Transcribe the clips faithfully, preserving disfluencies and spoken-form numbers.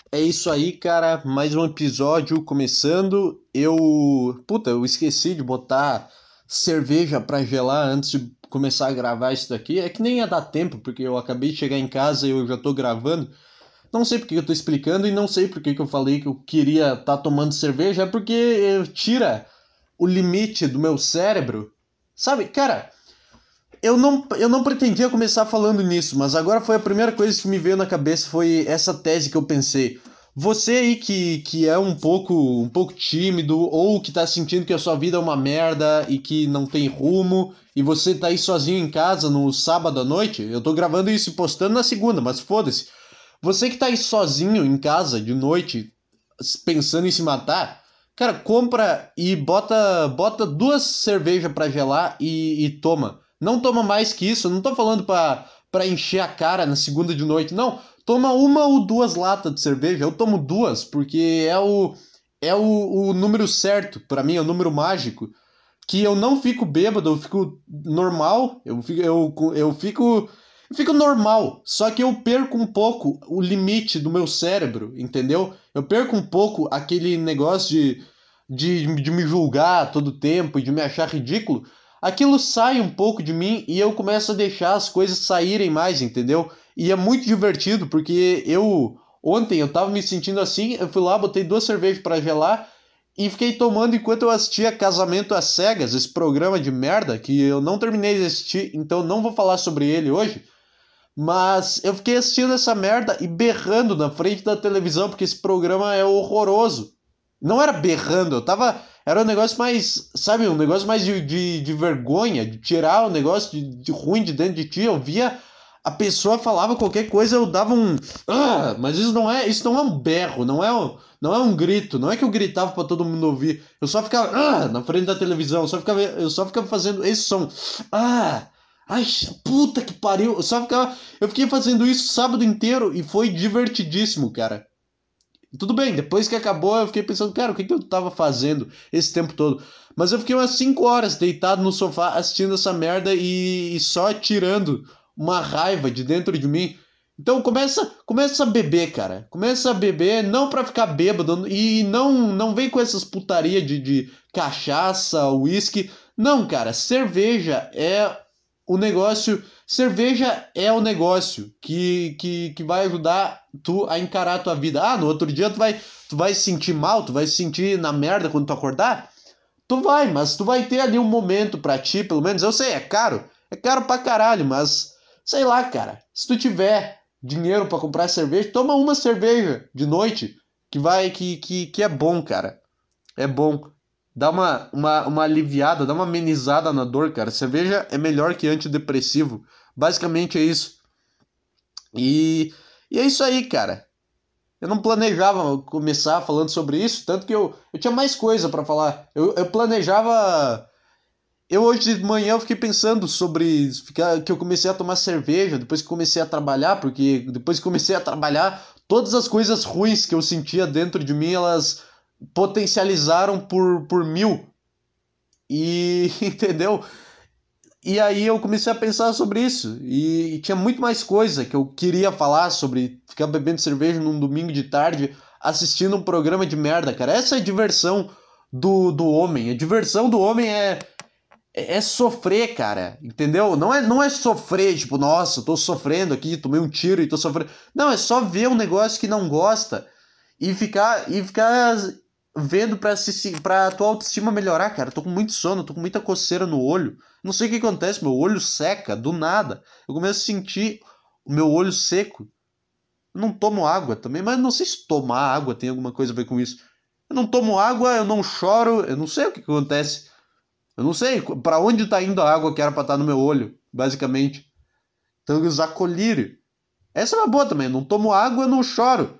É isso aí, cara. Mais um episódio começando. Eu, puta, eu esqueci de botar cerveja pra gelar antes de começar a gravar isso daqui. É que nem ia dar tempo, porque eu acabei de chegar em casa e eu já tô gravando. Não sei porque eu tô explicando e não sei porque que eu falei que eu queria estar tá tomando cerveja. É porque eh, tira o limite do meu cérebro. Sabe, cara, eu não, eu não pretendia começar falando nisso, mas agora foi a primeira coisa que me veio na cabeça, foi essa tese que eu pensei. Você aí que, que é um pouco, um pouco tímido, ou que tá sentindo que a sua vida é uma merda e que não tem rumo, e você tá aí sozinho em casa no sábado à noite, eu tô gravando isso e postando na segunda, mas foda-se. Você que tá aí sozinho em casa de noite, pensando em se matar, cara, compra e bota, bota duas cervejas pra gelar e, e toma. Não toma mais que isso, eu não tô falando pra, pra encher a cara na segunda de noite, não. Toma uma ou duas latas de cerveja, eu tomo duas, porque é o, é o, o número certo, pra mim, é o número mágico, que eu não fico bêbado, eu fico normal, eu fico, eu, eu fico, eu fico normal, só que eu perco um pouco o limite do meu cérebro, entendeu? Eu perco um pouco aquele negócio de, de, de me julgar todo tempo e de me achar ridículo. Aquilo sai um pouco de mim e eu começo a deixar as coisas saírem mais, entendeu? E é muito divertido porque eu ontem eu tava me sentindo assim, eu fui lá, botei duas cervejas para gelar e fiquei tomando enquanto eu assistia Casamento às Cegas, esse programa de merda que eu não terminei de assistir, então não vou falar sobre ele hoje. Mas eu fiquei assistindo essa merda e berrando na frente da televisão, porque esse programa é horroroso. Não era berrando, eu tava. Era um negócio mais. Sabe, um negócio mais de, de, de vergonha, de tirar o negócio de, de ruim de dentro de ti. Eu via a pessoa falava qualquer coisa, eu dava um. Ah, mas isso não é. Isso não é um berro, não é um, não é um grito. Não é que eu gritava pra todo mundo ouvir. Eu só ficava ah, na frente da televisão, eu só ficava, eu só ficava fazendo esse som. Ah! Ai, puta que pariu! Eu só ficava. Eu fiquei fazendo isso sábado inteiro e foi divertidíssimo, cara. Tudo bem, depois que acabou, eu fiquei pensando, cara, o que, que eu tava fazendo esse tempo todo? Mas eu fiquei umas cinco horas deitado no sofá assistindo essa merda e, e só tirando uma raiva de dentro de mim. Então começa, começa a beber, cara. Começa a beber, não pra ficar bêbado e não não vem com essas putaria de, de cachaça, uísque. Não, cara, cerveja é o negócio. Cerveja é o negócio que, que, que vai ajudar tu a encarar a tua vida. Ah, no outro dia tu vai, tu vai se sentir mal, tu vai se sentir na merda quando tu acordar? Tu vai, mas tu vai ter ali um momento pra ti, pelo menos. Eu sei, é caro. É caro pra caralho, mas sei lá, cara. Se tu tiver dinheiro pra comprar cerveja, toma uma cerveja de noite que vai que, que, que é bom, cara. É bom. Dá uma, uma, uma aliviada, dá uma amenizada na dor, cara. Cerveja é melhor que antidepressivo. Basicamente é isso. E, e é isso aí, cara. Eu não planejava começar falando sobre isso, tanto que eu, eu tinha mais coisa pra falar. Eu, eu planejava. Eu hoje de manhã eu fiquei pensando sobre ficar, que eu comecei a tomar cerveja depois que comecei a trabalhar, porque depois que comecei a trabalhar, todas as coisas ruins que eu sentia dentro de mim, elas potencializaram por, por mil. E entendeu? E aí eu comecei a pensar sobre isso. E, e tinha muito mais coisa que eu queria falar sobre ficar bebendo cerveja num domingo de tarde, assistindo um programa de merda, cara. Essa é a diversão do, do homem. A diversão do homem é, é, é sofrer, cara. Entendeu? Não é, não é sofrer, tipo, nossa, eu tô sofrendo aqui, tomei um tiro e tô sofrendo. Não, é só ver um negócio que não gosta e ficar, e ficar vendo pra, se, pra tua autoestima melhorar, cara. Eu tô com muito sono, tô com muita coceira no olho. Não sei o que acontece, meu olho seca, do nada. Eu começo a sentir o meu olho seco. Eu não tomo água também, mas não sei se tomar água tem alguma coisa a ver com isso. Eu não tomo água, eu não choro, eu não sei o que acontece. Eu não sei pra onde tá indo a água que era pra estar no meu olho, basicamente. Então eu usar colírio. Essa é uma boa também, eu não tomo água, eu não choro.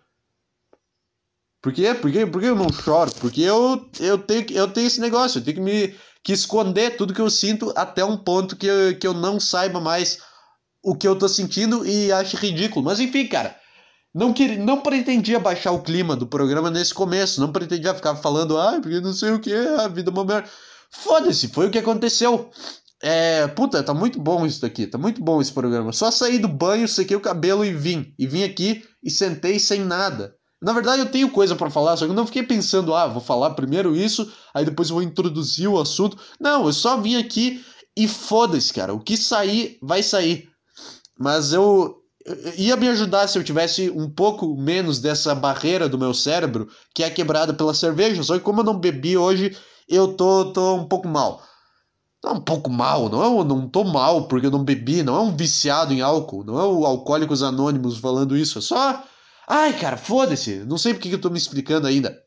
Por quê? Por quê? Por que eu não choro? Porque eu, eu, tenho, eu tenho esse negócio, eu tenho que me que esconder tudo que eu sinto até um ponto que eu, que eu não saiba mais o que eu tô sentindo e acho ridículo. Mas enfim, cara, não, queria, não pretendia baixar o clima do programa nesse começo, não pretendia ficar falando, ah, porque não sei o que, a vida é uma merda. Foda-se, foi o que aconteceu. É, puta, tá muito bom isso daqui, tá muito bom esse programa. Só saí do banho, sequei o cabelo e vim. E vim aqui e sentei sem nada. Na verdade, eu tenho coisa pra falar, só que eu não fiquei pensando, ah, vou falar primeiro isso, aí depois eu vou introduzir o assunto. Não, eu só vim aqui e foda-se, cara. O que sair, vai sair. Mas eu, eu ia me ajudar se eu tivesse um pouco menos dessa barreira do meu cérebro, que é quebrada pela cerveja. Só que como eu não bebi hoje, eu tô, tô um pouco mal. Não, um pouco mal, não é um, não tô mal porque eu não bebi, não é um viciado em álcool, não é o Alcoólicos Anônimos falando isso, é só. Ai, cara, foda-se, não sei porque que eu tô me explicando ainda.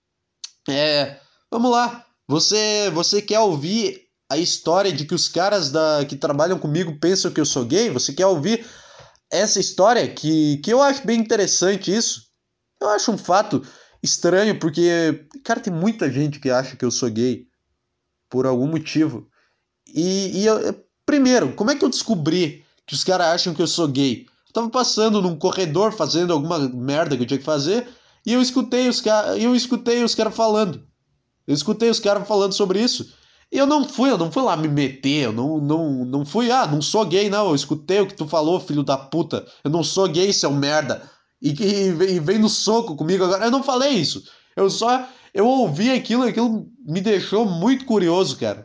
É, vamos lá. Você, você quer ouvir a história de que os caras da, que trabalham comigo pensam que eu sou gay? Você quer ouvir essa história que, que eu acho bem interessante isso? Eu acho um fato estranho porque, cara, tem muita gente que acha que eu sou gay por algum motivo. E, e eu, eu- primeiro, como é que eu descobri que os caras acham que eu sou gay? Eu tava passando num corredor fazendo alguma merda que eu tinha que fazer e eu escutei os caras, eu escutei os caras falando. Eu escutei os caras falando sobre isso. E eu não fui, eu não fui lá me meter, eu não, não, não fui, ah, não sou gay, não. Eu escutei o que tu falou, filho da puta. Eu não sou gay, seu merda. E que e vem, e vem no soco comigo agora. Eu não falei isso. Eu só, eu ouvi aquilo e aquilo me deixou muito curioso, cara.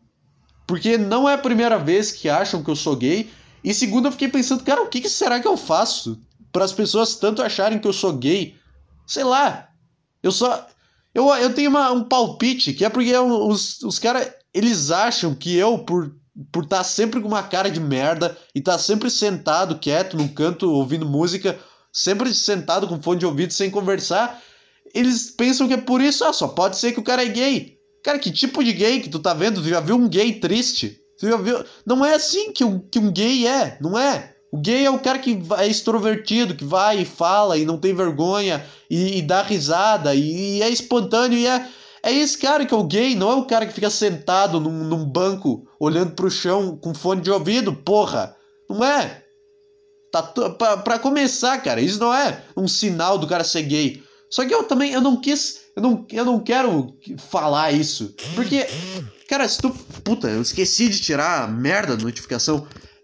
Porque não é a primeira vez que acham que eu sou gay. E segundo, eu fiquei pensando, cara, o que, que será que eu faço para as pessoas tanto acharem que eu sou gay? Sei lá. Eu só. Eu, eu tenho uma, um palpite, que é porque eu- os, os caras, eles acham que eu, por por estar sempre com uma cara de merda e estar sempre sentado, quieto, num canto, ouvindo música, sempre sentado com fone de ouvido, sem conversar, eles pensam que é por isso, ah, só pode ser que o cara é gay. Cara, que tipo de gay que tu tá vendo? Tu já viu um gay triste? Tu já viu? Não é assim que um, que um gay é, não é? O gay é o cara que é extrovertido, que vai e fala e não tem vergonha e, e dá risada e, e é espontâneo e é. É esse cara que é o gay, não é o cara que fica sentado num, num banco olhando pro chão com fone de ouvido, porra. Não é? Tá pra, pra começar, cara, isso não é um sinal do cara ser gay. Só que eu também, eu não quis, eu não, eu não quero falar isso. Porque, cara, se tu. Puta, eu esqueci de tirar a merda da notificação.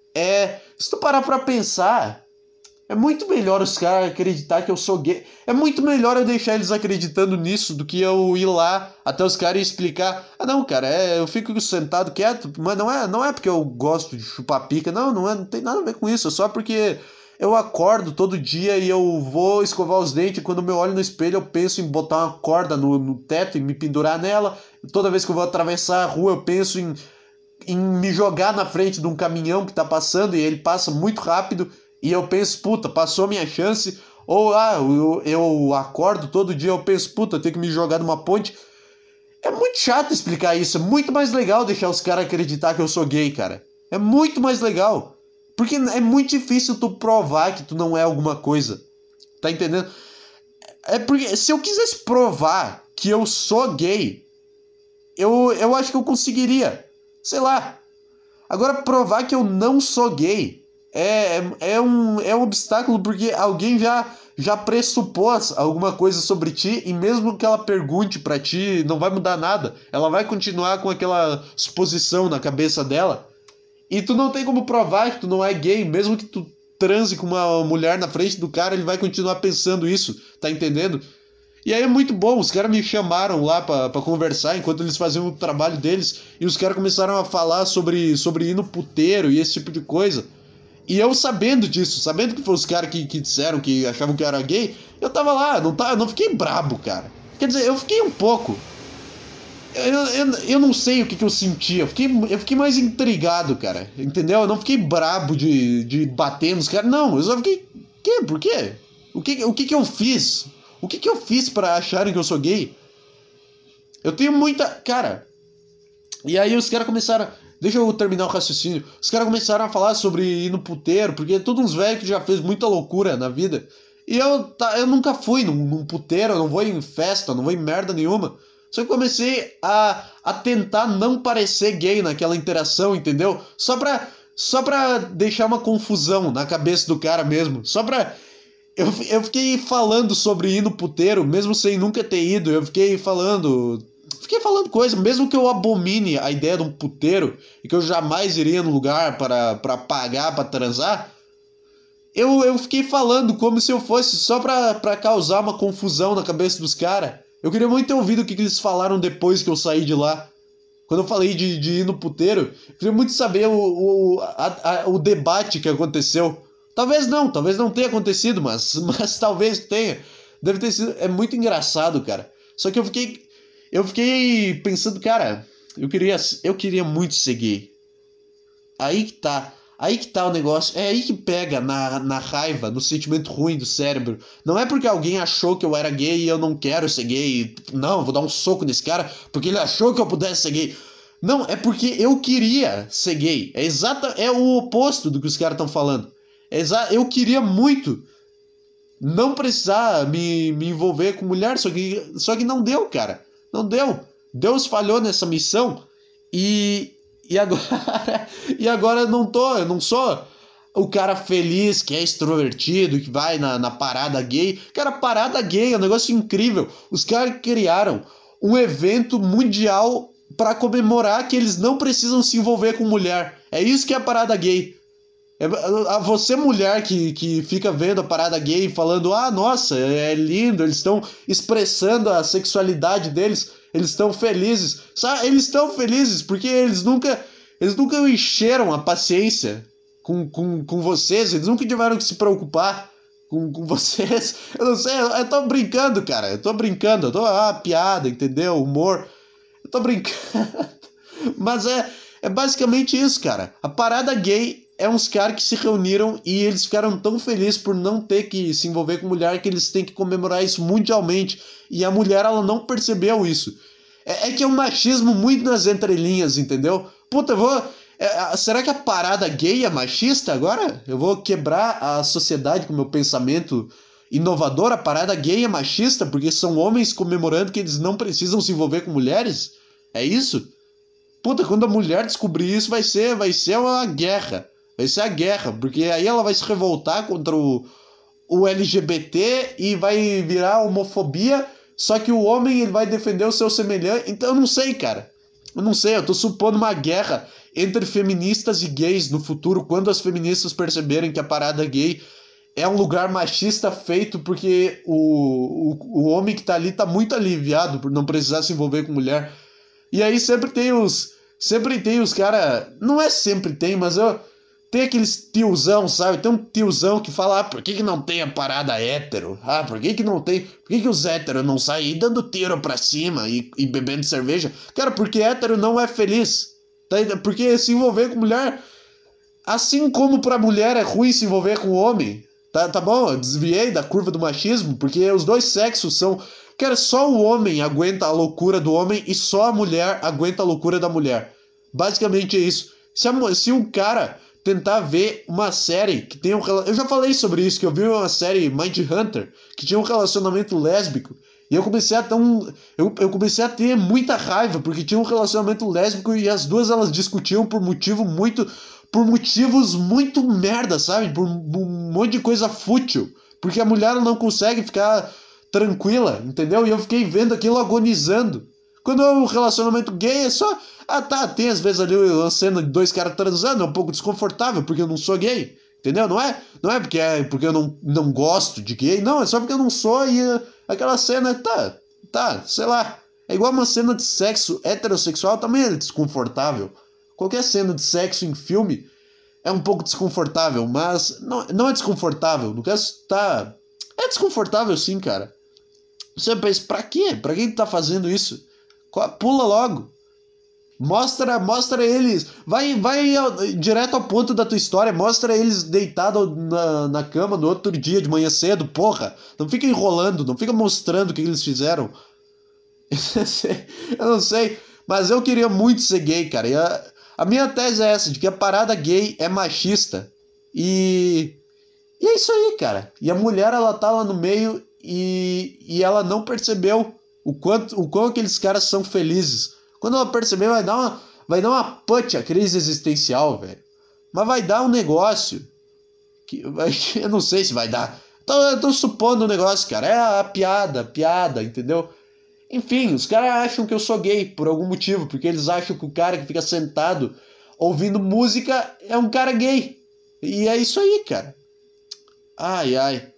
É. Se tu parar pra pensar, é muito melhor os caras acreditar que eu sou gay. É muito melhor eu deixar eles acreditando nisso do que eu ir lá até os caras e explicar. Ah, não, cara, é, eu fico sentado quieto, mas não é, não é porque eu gosto de chupar pica. Não, não, é, não tem nada a ver com isso. É só porque eu acordo todo dia e eu vou escovar os dentes. E quando eu olho no espelho, eu penso em botar uma corda no, no teto e me pendurar nela. Toda vez que eu vou atravessar a rua, eu penso em em me jogar na frente de um caminhão que tá passando e ele passa muito rápido e eu penso, puta, passou minha chance. Ou ah, eu, eu acordo todo dia, eu penso, puta, eu tenho que me jogar numa ponte. É muito chato explicar isso, é muito mais legal deixar os caras acreditar que eu sou gay, cara. É muito mais legal. Porque é muito difícil tu provar que tu não é alguma coisa. Tá entendendo? É porque se eu quisesse provar que eu sou gay, eu, eu acho que eu conseguiria. Sei lá, agora, provar que eu não sou gay é, é, é um, é um obstáculo porque alguém já, já pressupôs alguma coisa sobre ti e mesmo que ela pergunte pra ti, não vai mudar nada. Ela vai continuar com aquela suposição na cabeça dela. E tu não tem como provar que tu não é gay, mesmo que tu transe com uma mulher na frente do cara, ele vai continuar pensando isso, tá entendendo? E aí é muito bom, os caras me chamaram lá pra, pra conversar enquanto eles faziam o trabalho deles e os caras começaram a falar sobre, sobre ir no puteiro e esse tipo de coisa. E eu sabendo disso, sabendo que foram os caras que, que disseram que achavam que eu era gay, eu tava lá, não, tá, eu não fiquei brabo, cara. Quer dizer, eu fiquei um pouco. Eu, eu, eu não sei o que, que eu senti, eu fiquei, eu fiquei mais intrigado, cara. Entendeu? Eu não fiquei brabo de, de bater nos caras, não. Eu só fiquei. Que? Por quê? O que, o que, que eu fiz? O que, que eu fiz pra acharem que eu sou gay? Eu tenho muita. Cara, e aí os caras começaram. Deixa eu terminar o raciocínio. Os caras começaram a falar sobre ir no puteiro, porque é todos uns velhos que já fez muita loucura na vida. E eu, tá, eu nunca fui num, num puteiro, eu não vou em festa, não vou em merda nenhuma. Só que comecei a, a tentar não parecer gay naquela interação, entendeu? Só pra, só pra deixar uma confusão na cabeça do cara mesmo. Só pra. Eu, eu fiquei falando sobre ir no puteiro, mesmo sem nunca ter ido. Eu fiquei falando. Fiquei falando coisa, mesmo que eu abomine a ideia de um puteiro e que eu jamais iria no lugar para, para pagar, para transar. eu, eu fiquei falando como se eu fosse só pra, pra causar uma confusão na cabeça dos caras. Eu queria muito ter ouvido o que, que eles falaram depois que eu saí de lá. Quando eu falei de, de ir no puteiro, eu queria muito saber o, o, a, a, o debate que aconteceu. Talvez não, talvez não tenha acontecido, mas, mas talvez tenha. Deve ter sido. É muito engraçado, cara. Só que eu fiquei. Eu fiquei pensando, cara, eu queria, eu queria muito ser gay. Aí que tá. Aí que tá o negócio. É aí que pega na, na raiva, no sentimento ruim do cérebro. Não é porque alguém achou que eu era gay e eu não quero ser gay. Não, eu vou dar um soco nesse cara porque ele achou que eu pudesse ser gay. Não, é porque eu queria ser gay. É exata, é o oposto do que os caras estão falando. É exa eu queria muito não precisar me, me envolver com mulher, só que, só que não deu, cara. Não deu. Deus falhou nessa missão e, e agora e agora eu não tô, eu não sou o cara feliz, que é extrovertido, que vai na, na parada gay. Cara, parada gay é um negócio incrível. Os caras criaram um evento mundial para comemorar que eles não precisam se envolver com mulher. É isso que é a parada gay. É, a você mulher que, que fica vendo a parada gay falando, ah, nossa, é lindo, eles estão expressando a sexualidade deles, eles estão felizes. Sabe? Eles estão felizes porque eles nunca, eles nunca encheram a paciência com, com, com vocês, eles nunca tiveram que se preocupar com, com vocês. Eu não sei, eu, eu tô brincando, cara, eu tô brincando, eu tô, ah, piada, entendeu? Humor. Eu tô brincando. Mas é, é basicamente isso, cara. A parada gay é uns caras que se reuniram e eles ficaram tão felizes por não ter que se envolver com mulher que eles têm que comemorar isso mundialmente. E a mulher, ela não percebeu isso. É, é que é um machismo muito nas entrelinhas, entendeu? Puta, eu vou. É, será que a parada gay é machista agora? Eu vou quebrar a sociedade com meu pensamento inovador? A parada gay é machista porque são homens comemorando que eles não precisam se envolver com mulheres? É isso? Puta, quando a mulher descobrir isso, vai ser, vai ser uma guerra. Vai ser a guerra, porque aí ela vai se revoltar contra o, o L G B T e vai virar homofobia, só que o homem ele vai defender o seu semelhante. Então eu não sei, cara. Eu não sei, eu tô supondo uma guerra entre feministas e gays no futuro, quando as feministas perceberem que a parada gay é um lugar machista feito porque o, o, o homem que tá ali tá muito aliviado por não precisar se envolver com mulher. E aí sempre tem os. Sempre tem os cara. Não é sempre tem, mas eu. Tem aqueles tiozão, sabe? Tem um tiozão que fala, ah, por que, que não tem a parada hétero? Ah, por que, que não tem. Por que, que os héteros não saem dando tiro pra cima e, e bebendo cerveja? Cara, porque hétero não é feliz. Tá? Porque se envolver com mulher. Assim como pra mulher é ruim se envolver com homem. Tá, tá bom, eu desviei da curva do machismo, porque os dois sexos são. Cara, só o homem aguenta a loucura do homem e só a mulher aguenta a loucura da mulher. Basicamente é isso. Se, a, se um cara tentar ver uma série que tem um. Eu já falei sobre isso, que eu vi uma série Mindhunter, que tinha um relacionamento lésbico. E eu comecei a ter um. Eu, eu comecei a ter muita raiva, porque tinha um relacionamento lésbico e as duas elas discutiam por motivo muito. Por motivos muito merda, sabe? Por um monte de coisa fútil. Porque a mulher não consegue ficar tranquila, entendeu? E eu fiquei vendo aquilo agonizando. Quando é um relacionamento gay, é só. Ah, tá, tem às vezes ali a cena de dois caras transando, é um pouco desconfortável, porque eu não sou gay. Entendeu? Não é, não é porque, é porque eu não, não gosto de gay, não, é só porque eu não sou e uh, aquela cena, tá, tá, sei lá. É igual uma cena de sexo heterossexual, também é desconfortável. Qualquer cena de sexo em filme é um pouco desconfortável, mas não, não é desconfortável. No caso, tá. É desconfortável sim, cara. Você pensa, pra quê? Pra quem tá fazendo isso? Pula logo. Mostra, mostra eles. Vai, vai ao, direto ao ponto da tua história. Mostra eles deitados na, na cama no outro dia de manhã cedo. Porra, não fica enrolando, não fica mostrando o que eles fizeram. Eu não sei, mas eu queria muito ser gay, cara. E a, a minha tese é essa, de que a parada gay é machista. E, e é isso aí, cara. E a mulher, ela tá lá no meio e, e ela não percebeu o quanto, o quão aqueles caras são felizes. Quando ela perceber, vai dar uma, vai dar uma punch a crise existencial, velho. Mas vai dar um negócio que vai, eu não sei se vai dar. Então, eu tô supondo um negócio, cara. É a piada, piada, entendeu? Enfim, os caras acham que eu sou gay por algum motivo, porque eles acham que o cara que fica sentado ouvindo música é um cara gay. E é isso aí, cara. Ai, ai.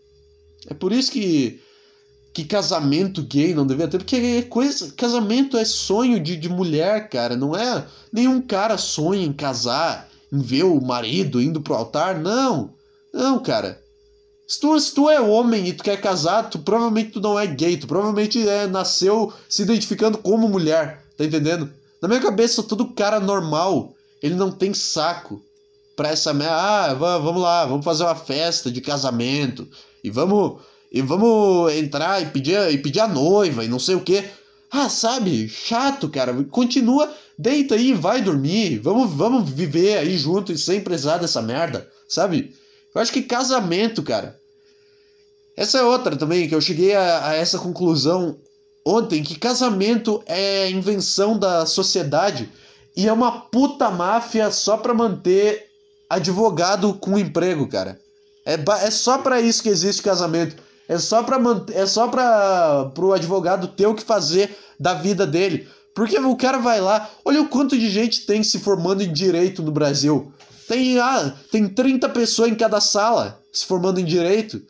É por isso que, que casamento gay não devia ter, porque é coisa, casamento é sonho de, de mulher, cara. Não é. Nenhum cara sonha em casar, em ver o marido indo pro altar. Não. Não, cara. Se tu, se tu é homem e tu quer casar, tu provavelmente tu não é gay, tu provavelmente é, nasceu se identificando como mulher, tá entendendo? Na minha cabeça, todo cara normal, ele não tem saco pra essa merda. Ah, vamos lá, vamos fazer uma festa de casamento e vamos e vamos entrar e pedir, e pedir a noiva e não sei o quê. Ah, sabe? Chato, cara. Continua, deita aí, vai dormir. Vamos, vamos viver aí junto e sem precisar dessa merda, sabe? Eu acho que casamento, cara. Essa é outra também, que eu cheguei a, a essa conclusão ontem, que casamento é invenção da sociedade e é uma puta máfia só pra manter advogado com emprego, cara. É, é só pra isso que existe casamento. É só pra manter, é só para pro advogado ter o que fazer da vida dele. Porque o cara vai lá, olha o quanto de gente tem se formando em direito no Brasil. Tem, ah, tem trinta pessoas em cada sala se formando em direito.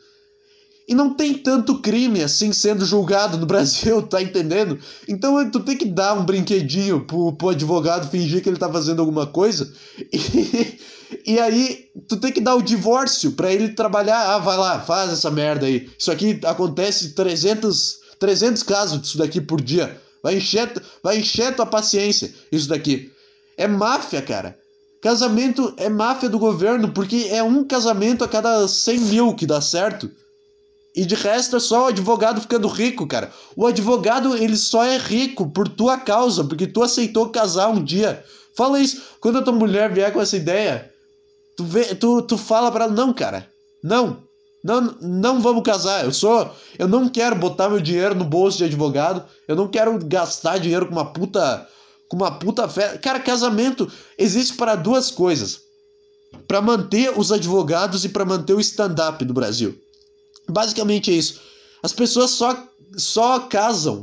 E não tem tanto crime assim sendo julgado no Brasil, tá entendendo? Então tu tem que dar um brinquedinho pro, pro advogado fingir que ele tá fazendo alguma coisa. E, e aí tu tem que dar o divórcio pra ele trabalhar. Ah, vai lá, faz essa merda aí. Isso aqui acontece trezentos, trezentos casos disso daqui por dia. Vai encher, vai encher tua paciência isso daqui. É máfia, cara. Casamento é máfia do governo, porque é um casamento a cada cem mil que dá certo. E de resto é só o advogado ficando rico, cara. O advogado, ele só é rico por tua causa, porque tu aceitou casar um dia. Fala isso. Quando a tua mulher vier com essa ideia, tu, vê, tu, tu fala pra ela, não, cara. Não. Não, não vamos casar. Eu sou. Eu não quero botar meu dinheiro no bolso de advogado. Eu não quero gastar dinheiro com uma puta. Com uma puta festa. Cara, casamento existe para duas coisas. Para manter os advogados e para manter o stand-up no Brasil. Basicamente é isso. As pessoas só, só casam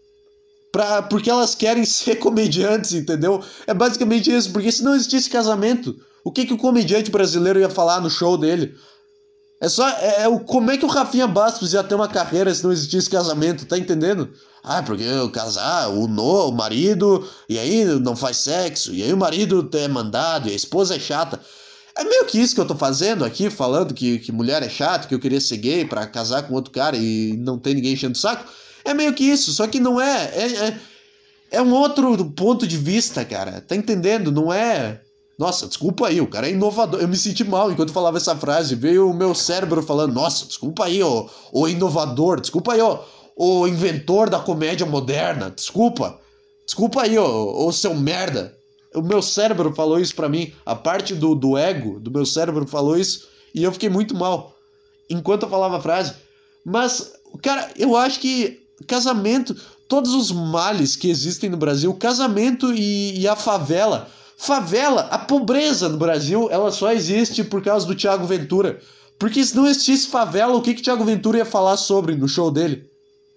pra, porque elas querem ser comediantes, entendeu? É basicamente isso, porque se não existisse casamento, o que, que o comediante brasileiro ia falar no show dele? É só. É, é o, como é que o Rafinha Bastos ia ter uma carreira se não existisse casamento, tá entendendo? Ah, porque o casar, o no, o marido, e aí não faz sexo, e aí o marido é mandado, e a esposa é chata. É meio que isso que eu tô fazendo aqui, falando que, que mulher é chato, que eu queria ser gay pra casar com outro cara e não tem ninguém enchendo o saco. É meio que isso, só que não é. É, é, é um outro ponto de vista, cara. Tá entendendo? Não é. Nossa, desculpa aí, o cara é inovador. Eu me senti mal enquanto falava essa frase. Veio o meu cérebro falando: Nossa, desculpa aí, ô, ô inovador. Desculpa aí, ô, ô inventor da comédia moderna. Desculpa. Desculpa aí, ô, ô seu merda. O meu cérebro falou isso pra mim. A parte do, do ego do meu cérebro falou isso. E eu fiquei muito mal enquanto eu falava a frase. Mas, cara, eu acho que casamento, todos os males que existem no Brasil, casamento e, e a favela. Favela, a pobreza no Brasil, ela só existe por causa do Thiago Ventura. Porque se não existisse favela, o que que Thiago Ventura ia falar sobre no show dele?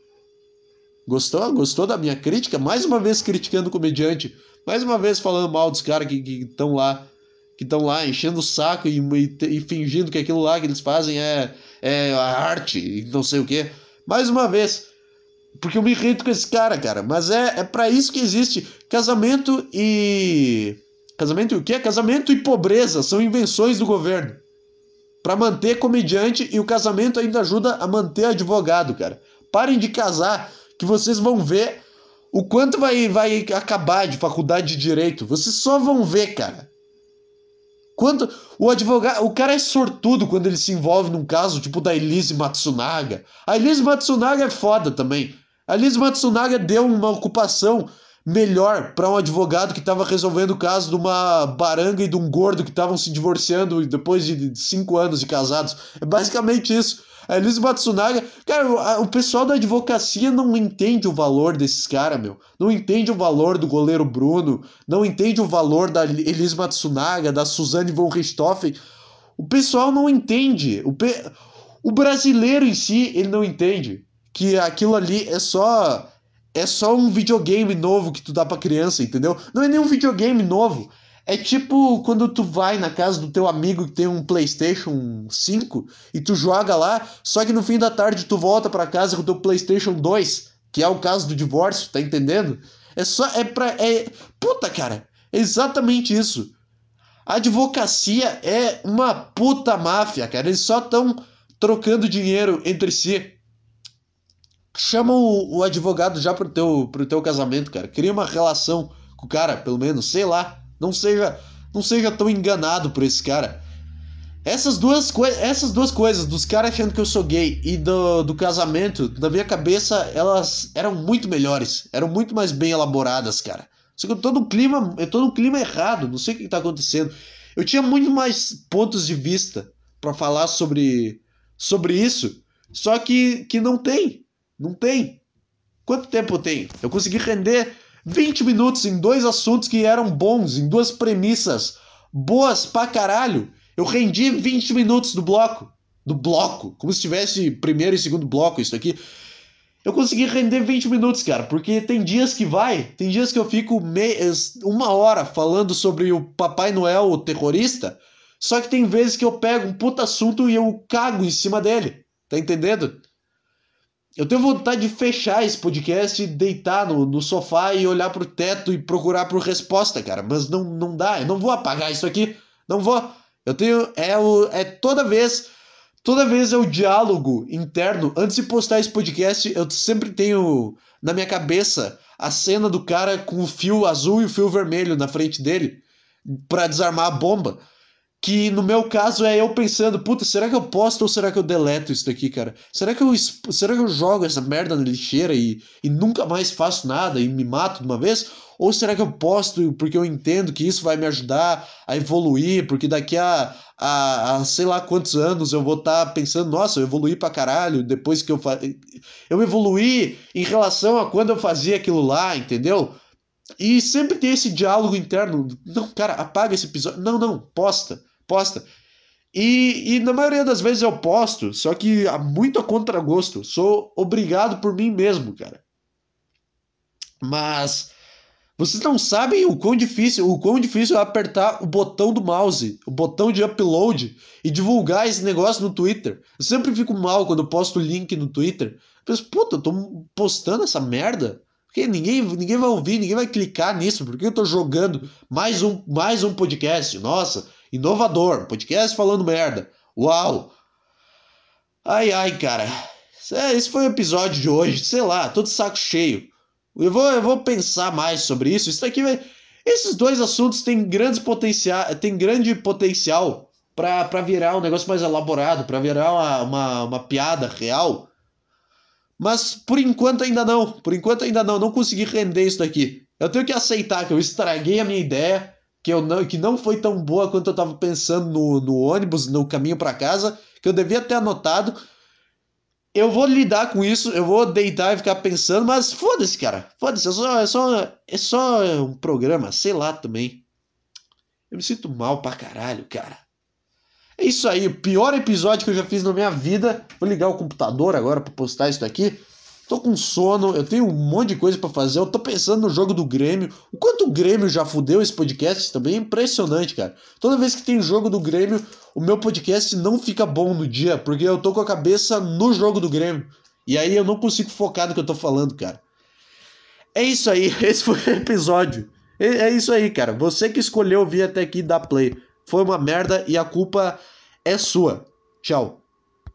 Gostou? Gostou da minha crítica? Mais uma vez criticando o comediante. Mais uma vez falando mal dos caras que estão lá. Que estão lá enchendo o saco e, e, e, fingindo que aquilo lá que eles fazem é, é a arte e não sei o quê. Mais uma vez. Porque eu me irrito com esse cara, cara. Mas é, é para isso que existe casamento e. Casamento e o quê? Casamento e pobreza são invenções do governo. Para manter comediante e o casamento ainda ajuda a manter advogado, cara. Parem de casar, que vocês vão ver o quanto vai, vai acabar de faculdade de direito. Vocês só vão ver, cara. Quanto o advogado, o cara é sortudo quando ele se envolve num caso tipo da Elise Matsunaga. A Elise Matsunaga é foda também. A Elise Matsunaga deu uma ocupação melhor para um advogado que estava resolvendo o caso de uma baranga e de um gordo que estavam se divorciando depois de cinco anos de casados. É basicamente isso. A Elise Matsunaga, cara, o pessoal da advocacia não entende o valor desses caras, meu. Não entende o valor do goleiro Bruno, não entende o valor da Elise Matsunaga, da Suzane von Richthofen. O pessoal não entende. O, pe... o brasileiro em si, ele não entende que aquilo ali é só é só um videogame novo que tu dá pra criança, entendeu? Não é nem um videogame novo. É tipo quando tu vai na casa do teu amigo que tem um PlayStation cinco e tu joga lá, só que no fim da tarde tu volta pra casa com o teu PlayStation dois, que é o caso do divórcio, tá entendendo? É só é pra é puta, cara. É exatamente isso. A advocacia é uma puta máfia, cara. Eles só estão trocando dinheiro entre si. Chama o, o advogado já pro teu, pro teu casamento, cara. Cria uma relação com o cara, pelo menos, sei lá. Não seja, não seja tão enganado por esse cara. Essas duas, coi essas duas coisas, dos caras achando que eu sou gay e do, do casamento, na minha cabeça, elas eram muito melhores. Eram muito mais bem elaboradas, cara. Só que eu tô num clima, eu tô num clima errado, não sei o que tá acontecendo. Eu tinha muito mais pontos de vista pra falar sobre, sobre isso, só que, que não tem. Não tem. Quanto tempo eu tenho? Eu consegui render vinte minutos em dois assuntos que eram bons, em duas premissas boas pra caralho. Eu rendi vinte minutos do bloco. Do bloco. Como se tivesse primeiro e segundo bloco isso aqui. Eu consegui render vinte minutos, cara, porque tem dias que vai, tem dias que eu fico meias, uma hora falando sobre o Papai Noel o terrorista, só que tem vezes que eu pego um puta assunto e eu cago em cima dele, tá entendendo? Eu tenho vontade de fechar esse podcast e deitar no, no sofá e olhar pro teto e procurar por resposta, cara. Mas não, não dá, eu não vou apagar isso aqui. Não vou. Eu tenho. É, o, é toda vez. Toda vez é o diálogo interno. Antes de postar esse podcast, eu sempre tenho na minha cabeça a cena do cara com o fio azul e o fio vermelho na frente dele pra desarmar a bomba. Que no meu caso é eu pensando, puta, será que eu posto ou será que eu deleto isso daqui, cara? Será que eu, será que eu jogo essa merda na lixeira e, e nunca mais faço nada e me mato de uma vez? Ou será que eu posto porque eu entendo que isso vai me ajudar a evoluir, porque daqui a, a, a sei lá quantos anos eu vou estar tá pensando, nossa, eu evoluí pra caralho depois que eu fa... eu evoluí em relação a quando eu fazia aquilo lá, entendeu? E sempre tem esse diálogo interno. Não, cara, apaga esse episódio. Não, não, posta, posta. E, e na maioria das vezes eu posto, só que há muito a contragosto. Sou obrigado por mim mesmo, cara. Mas vocês não sabem o quão difícil, o quão difícil é apertar o botão do mouse, o botão de upload e divulgar esse negócio no Twitter. Eu sempre fico mal quando eu posto o link no Twitter. Eu penso, puta, eu tô postando essa merda? Porque ninguém, ninguém vai ouvir, ninguém vai clicar nisso. Por que eu tô jogando mais um, mais um podcast? Nossa, inovador, podcast falando merda. Uau! Ai, ai, cara. É, esse foi o episódio de hoje. Sei lá, tô de saco cheio. Eu vou, eu vou pensar mais sobre isso. Isso daqui vai... Esses dois assuntos têm grandes potencial, têm grande potencial para para virar um negócio mais elaborado, para virar uma, uma, uma piada real. Mas por enquanto ainda não. Por enquanto ainda não. Não consegui render isso daqui. Eu tenho que aceitar que eu estraguei a minha ideia, que, eu não, que não foi tão boa quanto eu tava pensando no, no ônibus, no caminho para casa, que eu devia ter anotado. Eu vou lidar com isso, eu vou deitar e ficar pensando, mas foda-se, cara. Foda-se, é só, é, só, é só um programa, sei lá também. Eu me sinto mal pra caralho, cara. É isso aí, o pior episódio que eu já fiz na minha vida. Vou ligar o computador agora pra postar isso daqui. Tô com sono, eu tenho um monte de coisa pra fazer. Eu tô pensando no jogo do Grêmio. O quanto o Grêmio já fudeu esse podcast também é impressionante, cara. Toda vez que tem jogo do Grêmio, o meu podcast não fica bom no dia, porque eu tô com a cabeça no jogo do Grêmio. E aí eu não consigo focar no que eu tô falando, cara. É isso aí, esse foi o episódio. É é isso aí, cara. Você que escolheu vir até aqui dar play. Foi uma merda e a culpa é sua. Tchau.